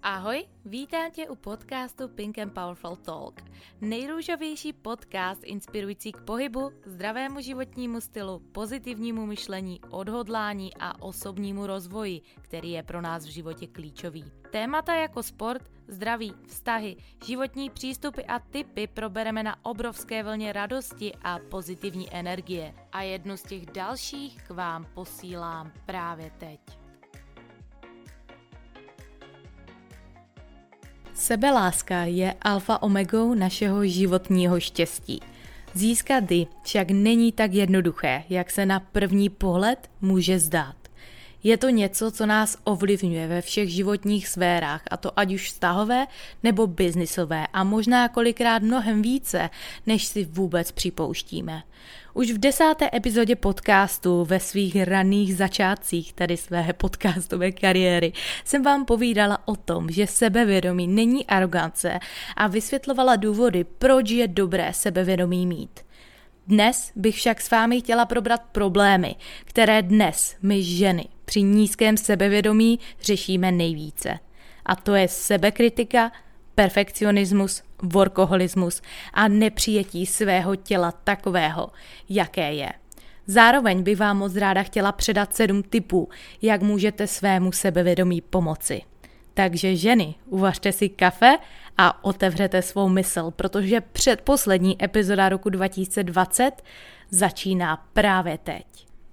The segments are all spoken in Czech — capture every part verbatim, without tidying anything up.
Ahoj, vítám tě u podcastu Pink and Powerful Talk. Nejrůžovější podcast inspirující k pohybu, zdravému životnímu stylu, pozitivnímu myšlení, odhodlání a osobnímu rozvoji, který je pro nás v životě klíčový. Témata jako sport, zdraví, vztahy, životní přístupy a tipy probereme na obrovské vlně radosti a pozitivní energie. A jednu z těch dalších k vám posílám právě teď. Sebeláska je alfa omegou našeho životního štěstí. Získat ji však není tak jednoduché, jak se na první pohled může zdát. Je to něco, co nás ovlivňuje ve všech životních sférách, a to ať už vztahové nebo biznisové, a možná kolikrát mnohem více, než si vůbec připouštíme. Už v desáté epizodě podcastu ve svých raných začátcích, tedy své podcastové kariéry, jsem vám povídala o tom, že sebevědomí není arogance a vysvětlovala důvody, proč je dobré sebevědomí mít. Dnes bych však s vámi chtěla probrat problémy, které dnes my ženy při nízkém sebevědomí řešíme nejvíce. A to je sebekritika, perfekcionismus, workoholismus a nepřijetí svého těla takového, jaké je. Zároveň bych vám moc ráda chtěla předat sedm tipů, jak můžete svému sebevědomí pomoci. Takže ženy, uvařte si kafe a otevřete svou mysl, protože předposlední epizoda roku dva tisíce dvacet začíná právě teď.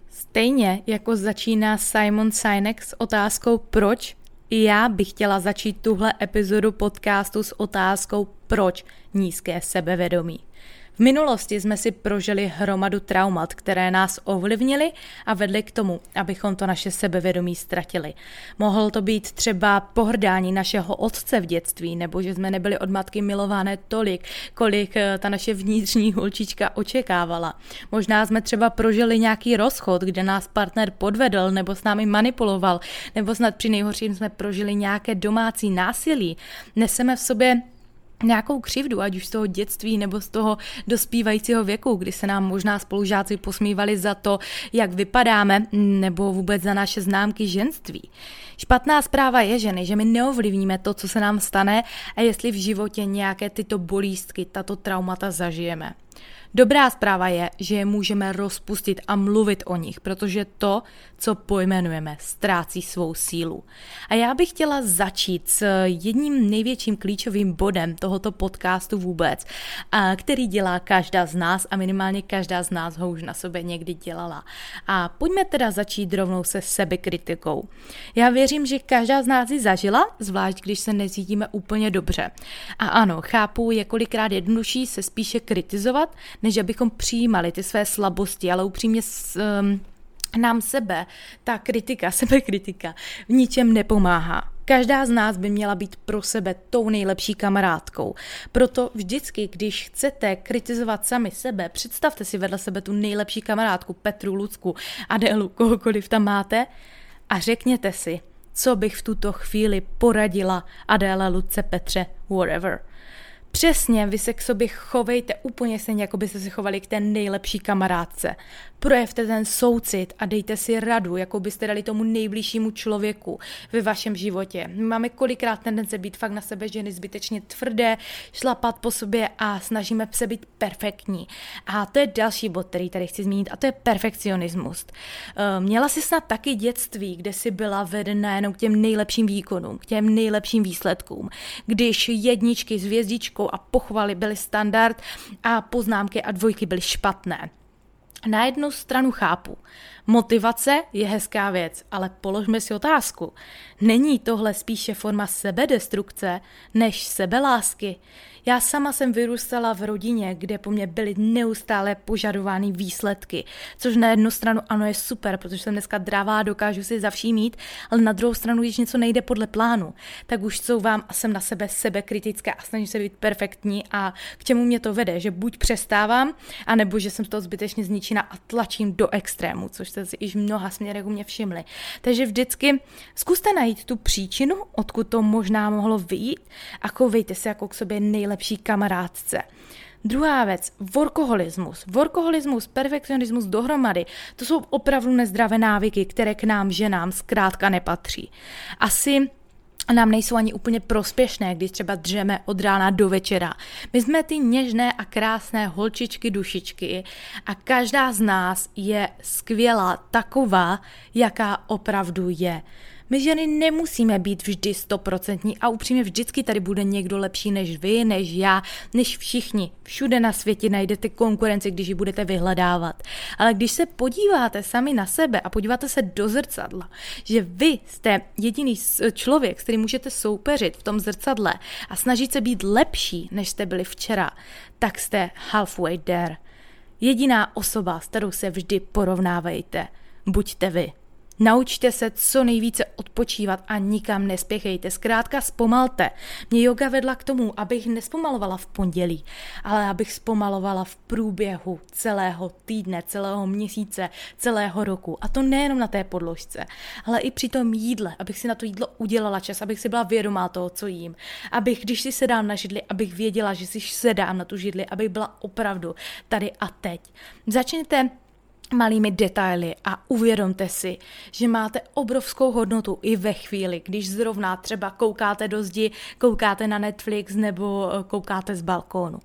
Stejně jako začíná Simon Sinek s otázkou proč, i já bych chtěla začít tuhle epizodu podcastu s otázkou proč nízké sebevědomí. V minulosti jsme si prožili hromadu traumat, které nás ovlivnily a vedly k tomu, abychom to naše sebevědomí ztratili. Mohlo to být třeba pohrdání našeho otce v dětství, nebo že jsme nebyli od matky milované tolik, kolik ta naše vnitřní holčička očekávala. Možná jsme třeba prožili nějaký rozchod, kde nás partner podvedl nebo s námi manipuloval, nebo snad při nejhorším jsme prožili nějaké domácí násilí. Neseme v sobě nějakou křivdu, ať už z toho dětství nebo z toho dospívajícího věku, kdy se nám možná spolužáci posmívali za to, jak vypadáme, nebo vůbec za naše známky ženství. Špatná zpráva je, ženy, že my neovlivníme to, co se nám stane a jestli v životě nějaké tyto bolístky, tato traumata zažijeme. Dobrá zpráva je, že je můžeme rozpustit a mluvit o nich, protože to, co pojmenujeme, ztrácí svou sílu. A já bych chtěla začít s jedním největším klíčovým bodem tohoto podcastu vůbec, který dělá každá z nás a minimálně každá z nás ho už na sobě někdy dělala. A pojďme teda začít rovnou se sebekritikou. Já věřím, že každá z nás ji zažila, zvlášť když se necítíme úplně dobře. A ano, chápu, je kolikrát jednodušší se spíše kritizovat, než abychom přijímali ty své slabosti, ale upřímně s, um, nám sebe, ta kritika, sebekritika v ničem nepomáhá. Každá z nás by měla být pro sebe tou nejlepší kamarádkou. Proto vždycky, když chcete kritizovat sami sebe, představte si vedle sebe tu nejlepší kamarádku, Petru, Lucku, Adélu, kohokoliv tam máte, a řekněte si, co bych v tuto chvíli poradila Adéle, Lucce, Petře, whatever. Přesně, vy se k sobě chovejte úplně stejně, jako byste se chovali k té nejlepší kamarádce. Projevte ten soucit a dejte si radu, jako byste dali tomu nejbližšímu člověku ve vašem životě. My máme kolikrát tendence být fakt na sebe ženy zbytečně tvrdé, šlapat po sobě a snažíme se být perfektní. A to je další bod, který tady chci zmínit, a to je perfekcionismus. Měla jsi snad taky dětství, kde jsi byla vedena jenom k těm nejlepším výkonům, k těm nejlepším výsledkům, když jedničky s hvězdičkou a pochvaly byly standard a poznámky a dvojky byly špatné. Na jednu stranu chápu, motivace je hezká věc, ale položme si otázku. Není tohle spíše forma sebedestrukce než sebelásky? Já sama jsem vyrůstala v rodině, kde po mně byly neustále požadovány výsledky, což na jednu stranu ano je super, protože jsem dneska dravá, dokážu si za vším mít, ale na druhou stranu, když něco nejde podle plánu, tak už couvám a jsem na sebe sebekritická a snažím se být perfektní, a k čemu mě to vede, že buď přestávám, anebo že jsem z toho zbytečně zničena a tlačím do extrému, což jste si již v mnoha směrech u mě všimli. Takže vždycky zkuste najít tu příčinu, odkud to možná mohlo vyjít, a chovejte se jako k sobě nejlepší kamarádce. Druhá věc, workoholismus. Workoholismus, perfekcionismus dohromady, to jsou opravdu nezdravé návyky, které k nám ženám zkrátka nepatří. Asi nám nejsou ani úplně prospěšné, když třeba dřeme od rána do večera. My jsme ty něžné a krásné holčičky, dušičky a každá z nás je skvělá taková, jaká opravdu je. My ženy nemusíme být vždy stoprocentní a upřímně vždycky tady bude někdo lepší než vy, než já, než všichni. Všude na světě najdete konkurenci, když ji budete vyhledávat. Ale když se podíváte sami na sebe a podíváte se do zrcadla, že vy jste jediný člověk, s kterým můžete soupeřit v tom zrcadle a snažit se být lepší, než jste byli včera, tak jste halfway there. Jediná osoba, s kterou se vždy porovnávejte, buďte vy. Naučte se co nejvíce odpočívat a nikam nespěchejte. Zkrátka zpomalte. Mě yoga vedla k tomu, abych nespomalovala v pondělí, ale abych zpomalovala v průběhu celého týdne, celého měsíce, celého roku. A to nejenom na té podložce, ale i při tom jídle, abych si na to jídlo udělala čas, abych si byla vědomá toho, co jím. Abych, když si sedám na židli, abych věděla, že si sedám na tu židli, abych byla opravdu tady a teď. Začněte malými detaily a uvědomte si, že máte obrovskou hodnotu i ve chvíli, když zrovna třeba koukáte do zdi, koukáte na Netflix nebo koukáte z balkónu.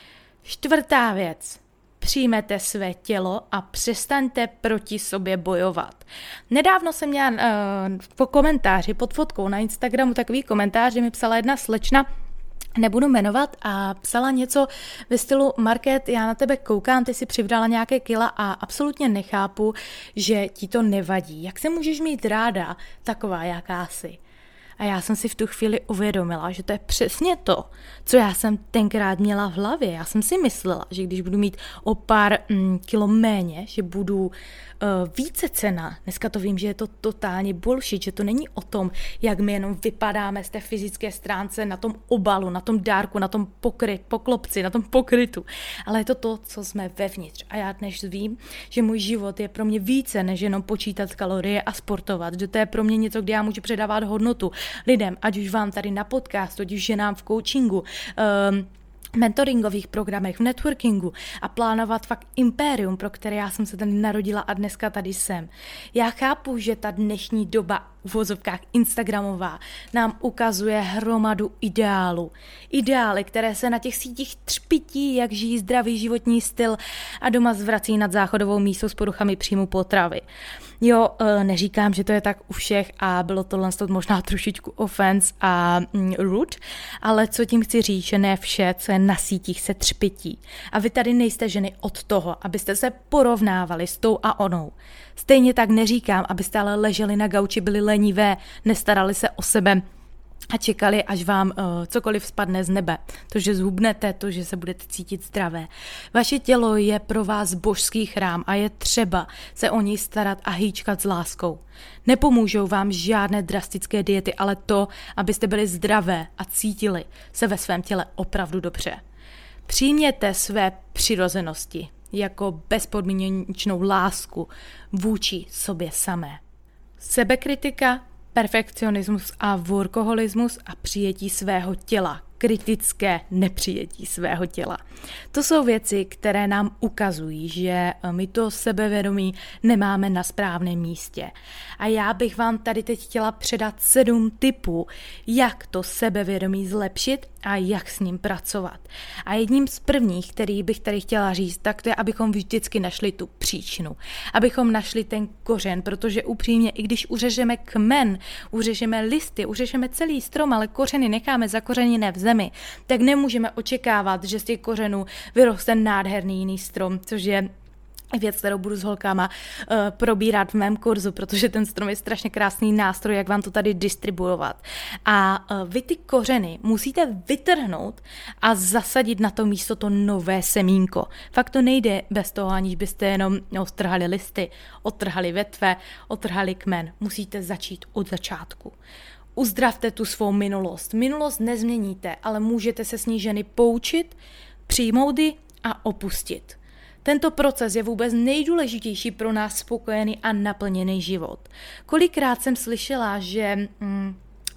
Čtvrtá věc. Přijmete své tělo a přestaňte proti sobě bojovat. Nedávno jsem měla uh, po komentáři pod fotkou na Instagramu takový komentář, že mi psala jedna slečna, nebudu jmenovat, a psala něco ve stylu: Market, já na tebe koukám, ty si přibrala nějaké kila a absolutně nechápu, že ti to nevadí. Jak se můžeš mít ráda taková, jaká jsi? A já jsem si v tu chvíli uvědomila, že to je přesně to, co já jsem tenkrát měla v hlavě. Já jsem si myslela, že když budu mít o pár mm, kilo méně, že budu uh, více cenná. Dneska to vím, že je to totálně bullshit, že to není o tom, jak my jenom vypadáme z té fyzické stránce na tom obalu, na tom dárku, na tom pokryt, poklopci, na tom pokrytu. Ale je to to, co jsme vevnitř. A já dnes vím, že můj život je pro mě více, než jenom počítat kalorie a sportovat. Že to je pro mě něco, kde já můžu předávat hodnotu lidem, ať už vám tady na podcastu, ať už ženám v coachingu, um, mentoringových programech, v networkingu a plánovat fakt impérium, pro které já jsem se tady narodila a dneska tady jsem. Já chápu, že ta dnešní doba v uvozovkách instagramová nám ukazuje hromadu ideálů. Ideály, které se na těch sítích třpití, jak žijí zdravý životní styl a doma zvrací nad záchodovou mísou s poruchami příjmu potravy. Jo, neříkám, že to je tak u všech a bylo tohle možná trošičku offense a rude, ale co tím chci říct, že ne vše, co je na sítích, se třpití. A vy tady nejste ženy od toho, abyste se porovnávali s tou a onou. Stejně tak neříkám, abyste ale leželi na gauči, byli lenivé, nestarali se o sebe a čekali, až vám uh, cokoliv spadne z nebe. To, že zhubnete, to, že se budete cítit zdravé. Vaše tělo je pro vás božský chrám a je třeba se o něj starat a hýčkat s láskou. Nepomůžou vám žádné drastické diety, ale to, abyste byli zdravé a cítili se ve svém těle opravdu dobře. Přijměte své přirozenosti jako bezpodmínečnou lásku vůči sobě samé. Sebekritika, perfekcionismus a workoholismus a přijetí svého těla, kritické nepřijetí svého těla. To jsou věci, které nám ukazují, že my to sebevědomí nemáme na správném místě. A já bych vám tady teď chtěla předat sedm tipů, jak to sebevědomí zlepšit a jak s ním pracovat. A jedním z prvních, který bych tady chtěla říct, tak to je, abychom vždycky našli tu příčinu. Abychom našli ten kořen, protože upřímně, i když uřežeme kmen, uřežeme listy, uřežeme celý strom, ale kořeny necháme zakořeněné v zemi, tak nemůžeme očekávat, že z těch kořenů vyroste nádherný jiný strom, což je věc, kterou budu s holkama uh, probírat v mém kurzu, protože ten strom je strašně krásný nástroj, jak vám to tady distribuovat. A uh, vy ty kořeny musíte vytrhnout a zasadit na to místo to nové semínko. Fakt to nejde bez toho, aniž byste jenom odtrhali listy, odtrhali větve, odtrhali kmen. Musíte začít od začátku. Uzdravte tu svou minulost. Minulost nezměníte, ale můžete se s ní ženy poučit, přijmout ji a opustit. Tento proces je vůbec nejdůležitější pro nás spokojený a naplněný život. Kolikrát jsem slyšela, že mm,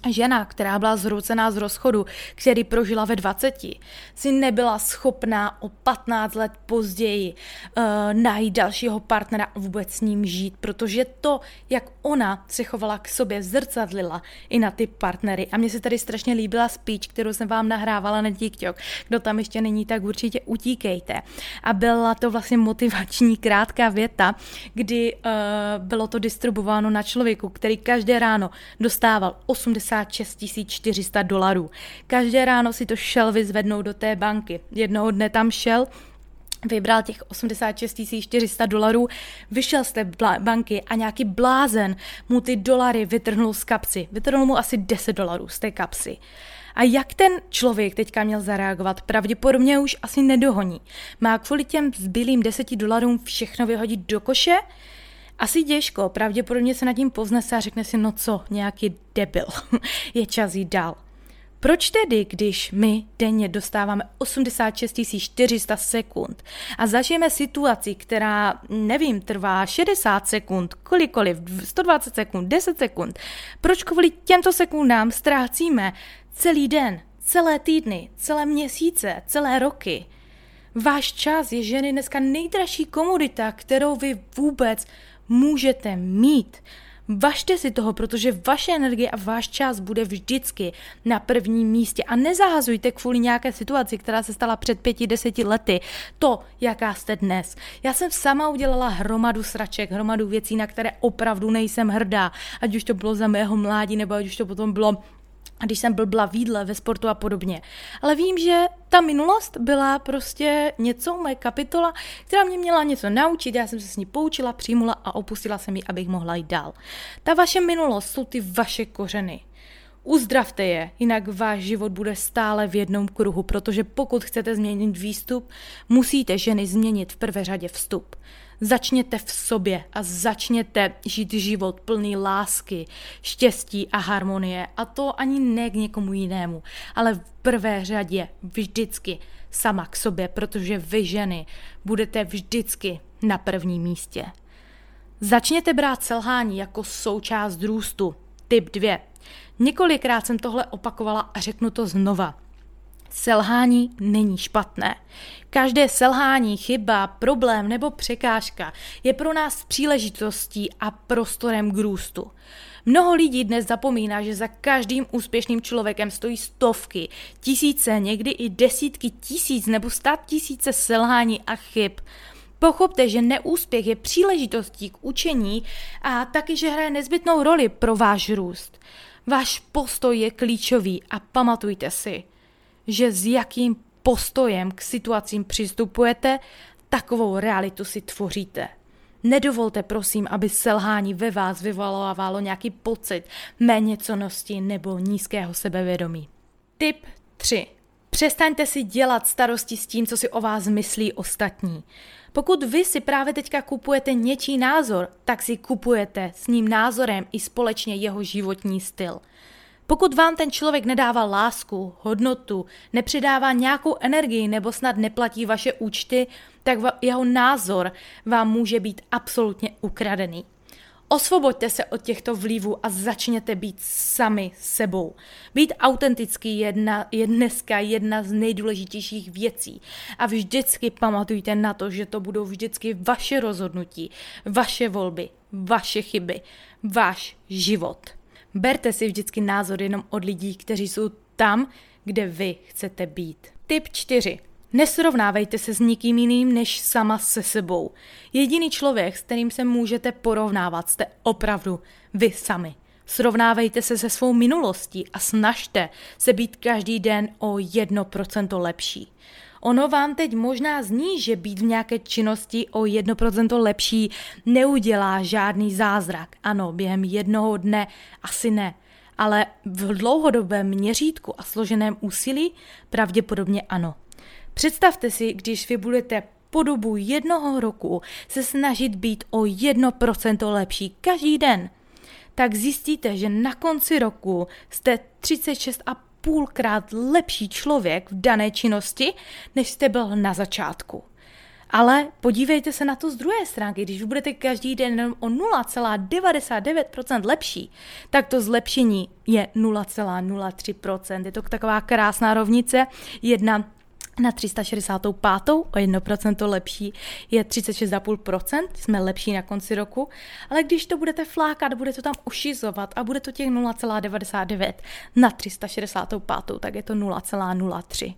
Žena, která byla zhroucená z rozchodu, který prožila ve dvaceti, si nebyla schopná o patnáct let později uh, najít dalšího partnera a vůbec s ním žít, protože to, jak ona se chovala k sobě, zrcadlila i na ty partnery. A mně se tady strašně líbila speech, kterou jsem vám nahrávala na TikTok. Kdo tam ještě není, tak určitě utíkejte. A byla to vlastně motivační krátká věta, kdy uh, bylo to distribuováno na člověku, který každé ráno dostával osmdesát šest tisíc čtyři sta dolarů. Každé ráno si to šel vyzvednout do té banky. Jednoho dne tam šel, vybral těch osmdesát šest tisíc čtyři sta dolarů, vyšel z té banky a nějaký blázen mu ty dolary vytrhnul z kapsy. Vytrhnul mu asi deset dolarů z té kapsy. A jak ten člověk teďka měl zareagovat? Pravděpodobně už asi nedohoní. Má kvůli těm zbylým deseti dolarům všechno vyhodit do koše? Asi těžko, pravděpodobně se nad tím povznese a řekne si, no co, nějaký debil, je čas jít dál. Proč tedy, když my denně dostáváme osmdesát šest tisíc čtyři sta sekund a zažijeme situaci, která, nevím, trvá šedesát sekund, kolikoliv, sto dvacet sekund, deset sekund, proč kvůli těmto sekundám ztrácíme celý den, celé týdny, celé měsíce, celé roky? Váš čas je, ženy, dneska nejdražší komodita, kterou vy vůbec můžete mít. Važte si toho, protože vaše energie a váš čas bude vždycky na prvním místě a nezahazujte kvůli nějaké situaci, která se stala před pěti, deseti lety, to, jaká jste dnes. Já jsem sama udělala hromadu sraček, hromadu věcí, na které opravdu nejsem hrdá, ať už to bylo za mého mládí, nebo ať už to potom bylo, když jsem blbla v jídle, ve sportu a podobně. Ale vím, že ta minulost byla prostě něco, moje kapitola, která mě měla něco naučit, já jsem se s ní poučila, přijmula a opustila jsem ji, abych mohla jít dál. Ta vaše minulost jsou ty vaše kořeny. Uzdravte je, jinak váš život bude stále v jednom kruhu, protože pokud chcete změnit výstup, musíte, ženy, změnit v prvé řadě vstup. Začněte v sobě a začněte žít život plný lásky, štěstí a harmonie. A to ani ne k někomu jinému, ale v prvé řadě vždycky sama k sobě, protože vy, ženy, budete vždycky na prvním místě. Začněte brát selhání jako součást růstu. Tip dvě. Několikrát jsem tohle opakovala a řeknu to znova. Selhání není špatné. Každé selhání, chyba, problém nebo překážka je pro nás příležitostí a prostorem k růstu. Mnoho lidí dnes zapomíná, že za každým úspěšným člověkem stojí stovky, tisíce, někdy i desítky tisíc nebo stát tisíce selhání a chyb. Pochopte, že neúspěch je příležitostí k učení a taky, že hraje nezbytnou roli pro váš růst. Váš postoj je klíčový a pamatujte si, že s jakým postojem k situacím přistupujete, takovou realitu si tvoříte. Nedovolte, prosím, aby selhání ve vás vyvolávalo nějaký pocit méněcennosti nebo nízkého sebevědomí. Tip tři. Přestaňte si dělat starosti s tím, co si o vás myslí ostatní. Pokud vy si právě teďka kupujete něčí názor, tak si kupujete s ním názorem i společně jeho životní styl. Pokud vám ten člověk nedává lásku, hodnotu, nepřidává nějakou energii nebo snad neplatí vaše účty, tak jeho názor vám může být absolutně ukradený. Osvoboďte se od těchto vlivů a začněte být sami sebou. Být autentický jedna, je dneska jedna z nejdůležitějších věcí. A vždycky pamatujte na to, že to budou vždycky vaše rozhodnutí, vaše volby, vaše chyby, váš život. Berte si vždycky názor jenom od lidí, kteří jsou tam, kde vy chcete být. Tip čtyři. Nesrovnávejte se s nikým jiným než sama se sebou. Jediný člověk, s kterým se můžete porovnávat, jste opravdu vy sami. Srovnávejte se se svou minulostí a snažte se být každý den o jedno procento lepší. Ono vám teď možná zní, že být v nějaké činnosti o jedno procento lepší neudělá žádný zázrak. Ano, během jednoho dne asi ne, ale v dlouhodobém měřítku a složeném úsilí pravděpodobně ano. Představte si, když vy budete po dobu jednoho roku se snažit být o jedno procento lepší každý den, tak zjistíte, že na konci roku jste třicet šest a půlkrát lepší člověk v dané činnosti, než jste byl na začátku. Ale podívejte se na to z druhé stránky. Když budete každý den o nula celá devadesát devět procent lepší, tak to zlepšení je nula celá nula tři procenta. Je to taková krásná rovnice. Jedna na tři sta šedesát pět, o jedno procento lepší, je třicet šest celá pět procenta, jsme lepší na konci roku, ale když to budete flákat, bude to tam ušizovat a bude to těch nula celá devadesát devět na tři sta šedesát pět, tak je to nula celá nula tři.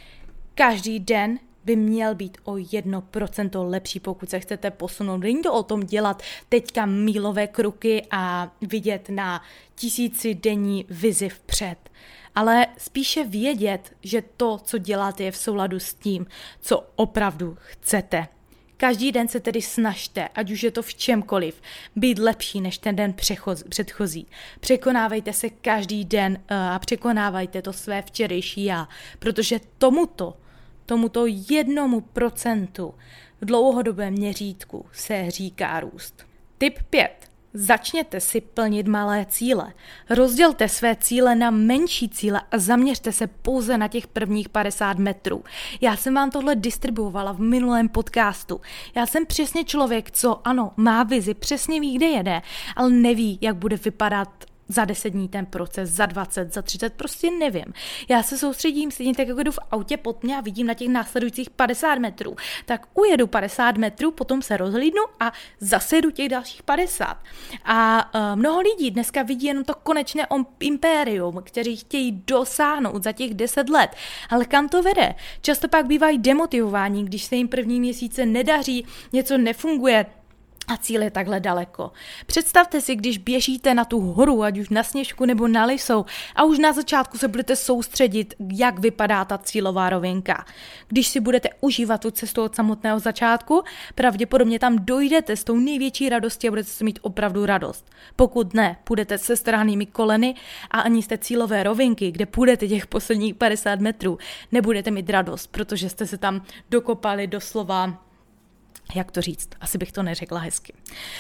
Každý den by měl být o jedno procento lepší, pokud se chcete posunout. Není to o tom dělat teďka mílové kruky a vidět na tisíci denní vizi vpřed, ale spíše vědět, že to, co děláte, je v souladu s tím, co opravdu chcete. Každý den se tedy snažte, ať už je to v čemkoliv, být lepší než ten den předchozí. Překonávejte se každý den a překonávajte to své včerejší já, protože tomuto, tomuto jednomu procentu v dlouhodobém měřítku se říká růst. Tip pět. Začněte si plnit malé cíle. Rozdělte své cíle na menší cíle a zaměřte se pouze na těch prvních padesát metrů. Já jsem vám tohle distribuovala v minulém podcastu. Já jsem přesně člověk, co ano, má vizi, přesně ví, kde jede, ale neví, jak bude vypadat za deset dní ten proces, za dvacet, za třicet, prostě nevím. Já se soustředím, stejně tak, jako jdu v autě pod mě a vidím na těch následujících padesát metrů, tak ujedu padesát metrů, potom se rozhlídnu a zase jdu těch dalších padesát. A uh, mnoho lidí dneska vidí jenom to konečné impérium, kteří chtějí dosáhnout za těch deset let. Ale kam to vede? Často pak bývají demotivováni, když se jim první měsíce nedaří, něco nefunguje, a cíl je takhle daleko. Představte si, když běžíte na tu horu, ať už na Sněžku nebo na Lisou, a už na začátku se budete soustředit, jak vypadá ta cílová rovinka. Když si budete užívat tu cestu od samotného začátku, pravděpodobně tam dojdete s tou největší radostí a budete si mít opravdu radost. Pokud ne, půjdete se stránými koleny a ani z té cílové rovinky, kde půjdete těch posledních padesát metrů, nebudete mít radost, protože jste se tam dokopali doslova. Jak to říct? Asi bych to neřekla hezky.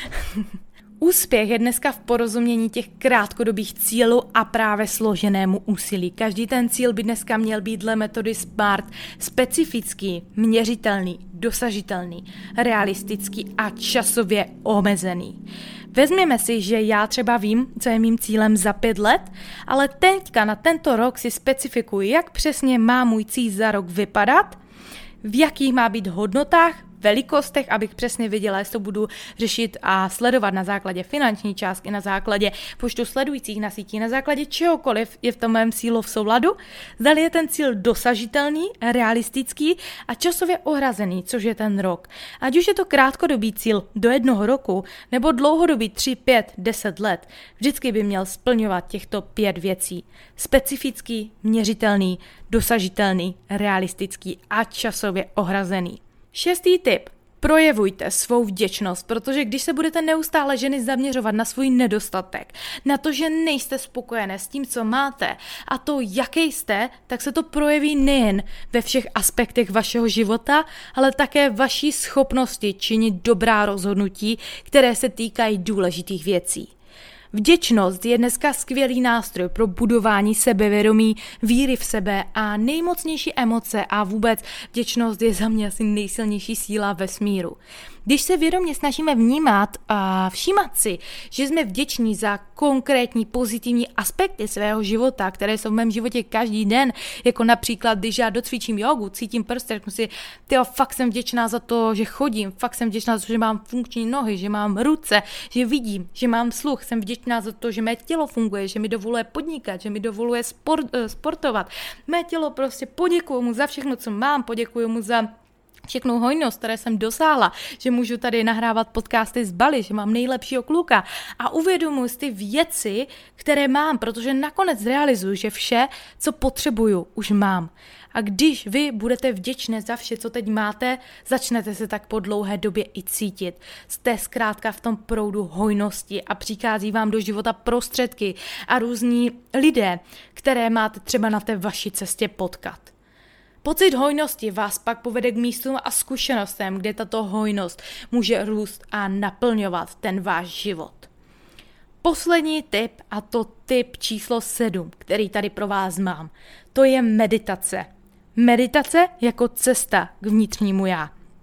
Úspěch je dneska v porozumění těch krátkodobých cílů a právě složenému úsilí. Každý ten cíl by dneska měl být dle metody SMART specifický, měřitelný, dosažitelný, realistický a časově omezený. Vezměme si, že já třeba vím, co je mým cílem za pět let, ale teďka na tento rok si specifikuji, jak přesně má můj cíl za rok vypadat, v jakých má být hodnotách, velikostech, abych přesně věděla, jestli to budu řešit a sledovat na základě finanční částky, na základě počtu sledujících na sítí, na základě čehokoliv je v tom mém cílu v souladu, zdali je ten cíl dosažitelný, realistický a časově ohrazený, což je ten rok. Ať už je to krátkodobý cíl do jednoho roku, nebo dlouhodobý tři, pět, deset let, vždycky by měl splňovat těchto pět věcí. Specifický, měřitelný, dosažitelný, realistický a časově ohrazený. Šestý tip. Projevujte svou vděčnost, protože když se budete neustále ženy zaměřovat na svůj nedostatek, na to, že nejste spokojené s tím, co máte a to, jaký jste, tak se to projeví nejen ve všech aspektech vašeho života, ale také vaší schopnosti činit dobrá rozhodnutí, které se týkají důležitých věcí. Vděčnost je dneska skvělý nástroj pro budování sebevědomí, víry v sebe a nejmocnější emoce a vůbec vděčnost je za mě asi nejsilnější síla vesmíru. Když se vědomě snažíme vnímat a všímat si, že jsme vděční za konkrétní pozitivní aspekty svého života, které jsou v mém životě každý den, jako například, když já docvičím jogu, cítím prsty, řeknu si, tyjo, fakt jsem vděčná za to, že chodím, fakt jsem vděčná za to, že mám funkční nohy, že mám ruce, že vidím, že mám sluch, jsem vděčná za to, že mé tělo funguje, že mi dovoluje podnikat, že mi dovoluje sport, sportovat. Mé tělo prostě poděkuju mu za všechno, co mám, poděkuju mu za všechnou hojnost, které jsem dosáhla, že můžu tady nahrávat podcasty z Bali, že mám nejlepšího kluka a uvědomuji si ty věci, které mám, protože nakonec realizuju, že vše, co potřebuju, už mám. A když vy budete vděčné za vše, co teď máte, začnete se tak po dlouhé době i cítit. Jste zkrátka v tom proudu hojnosti a přichází vám do života prostředky a různí lidé, které máte třeba na té vaší cestě potkat. Pocit hojnosti vás pak povede k místům a zkušenostem, kde tato hojnost může růst a naplňovat ten váš život. Poslední tip, a to tip číslo sedm, který tady pro vás mám, to je meditace. Meditace jako cesta k vnitřnímu já.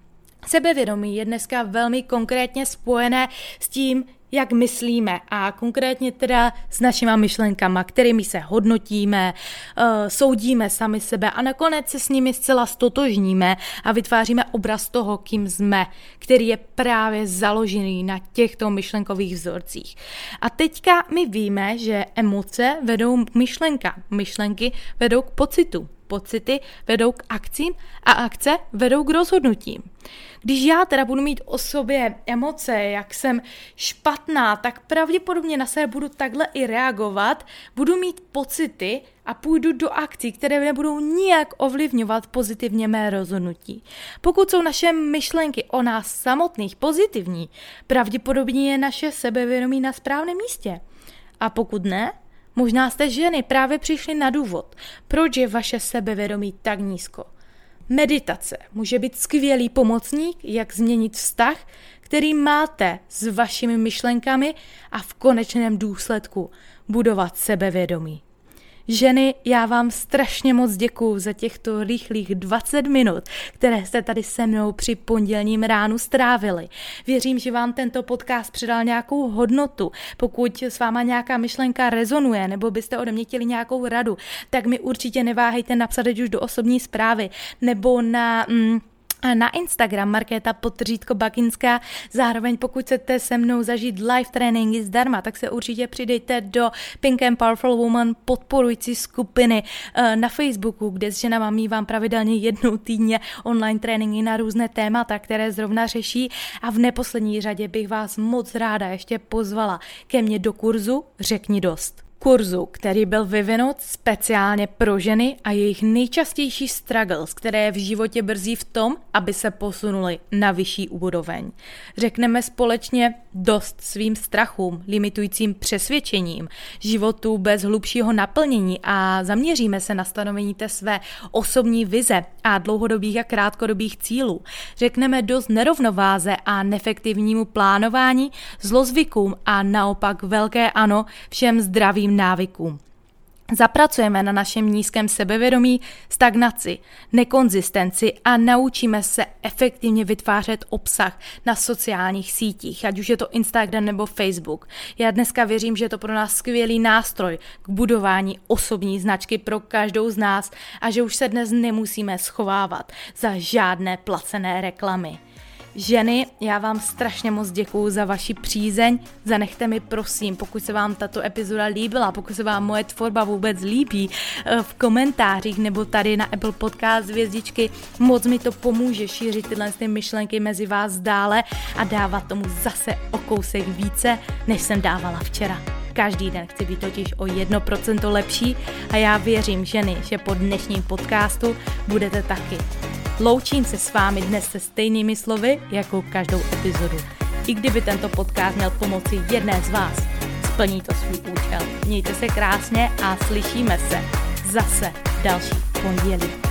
Sebevědomí je dneska velmi konkrétně spojené s tím, jak myslíme a konkrétně teda s našima myšlenkama, kterými se hodnotíme, uh, soudíme sami sebe a nakonec se s nimi zcela stotožníme a vytváříme obraz toho, kým jsme, který je právě založený na těchto myšlenkových vzorcích. A teďka my víme, že emoce vedou k myšlenkám, myšlenky vedou k pocitu. Pocity vedou k akcím a akce vedou k rozhodnutím. Když já teda budu mít o sobě emoce, jak jsem špatná, tak pravděpodobně na sebe budu takhle i reagovat, budu mít pocity a půjdu do akcí, které nebudou nijak ovlivňovat pozitivně mé rozhodnutí. Pokud jsou naše myšlenky o nás samotných pozitivní, pravděpodobně je naše sebevědomí na správném místě. A pokud ne, možná jste ženy právě přišli na důvod, proč je vaše sebevědomí tak nízko. Meditace může být skvělý pomocník, jak změnit vztah, který máte s vašimi myšlenkami a v konečném důsledku budovat sebevědomí. Ženy, já vám strašně moc děkuju za těchto rychlých dvacet minut, které jste tady se mnou při pondělním ránu strávili. Věřím, že vám tento podcast přidal nějakou hodnotu. Pokud s váma nějaká myšlenka rezonuje nebo byste ode mě chtěli nějakou radu, tak mi určitě neváhejte napsat už do osobní zprávy nebo na... Mm, na Instagram Markéta podtržítko Baginská. Zároveň pokud chcete se mnou zažít live tréninky zdarma, tak se určitě přidejte do Pink and Powerful Woman podporující skupiny na Facebooku, kde s ženama mívám pravidelně jednou týdně online tréninky na různé témata, které zrovna řeší, a v neposlední řadě bych vás moc ráda ještě pozvala ke mně do kurzu Řekni dost. Kurzu, který byl vyvinut speciálně pro ženy a jejich nejčastější struggles, které je v životě brzí v tom, aby se posunuli na vyšší úroveň. Řekneme společně dost svým strachům, limitujícím přesvědčením, životu bez hlubšího naplnění a zaměříme se na stanovení té své osobní vize a dlouhodobých a krátkodobých cílů. Řekneme dost nerovnováze a neefektivnímu plánování, zlozvykům a naopak velké ano všem zdravým návykům. Zapracujeme na našem nízkém sebevědomí, stagnaci, nekonzistenci a naučíme se efektivně vytvářet obsah na sociálních sítích, ať už je to Instagram nebo Facebook. Já dneska věřím, že je to pro nás skvělý nástroj k budování osobní značky pro každou z nás a že už se dnes nemusíme schovávat za žádné placené reklamy. Ženy, já vám strašně moc děkuju za vaši přízeň, zanechte mi prosím, pokud se vám tato epizoda líbila, pokud se vám moje tvorba vůbec líbí, v komentářích nebo tady na Apple Podcast hvězdičky, moc mi to pomůže šířit tyhle ty myšlenky mezi vás dále a dávat tomu zase o kousek více, než jsem dávala včera. Každý den chci být totiž o jedno procento lepší a já věřím, ženy, že po dnešním podcastu budete taky. Loučím se s vámi dnes se stejnými slovy jako každou epizodu. I kdyby tento podcast měl pomoci jedné z vás, splní to svůj účel. Mějte se krásně a slyšíme se zase další pondělí.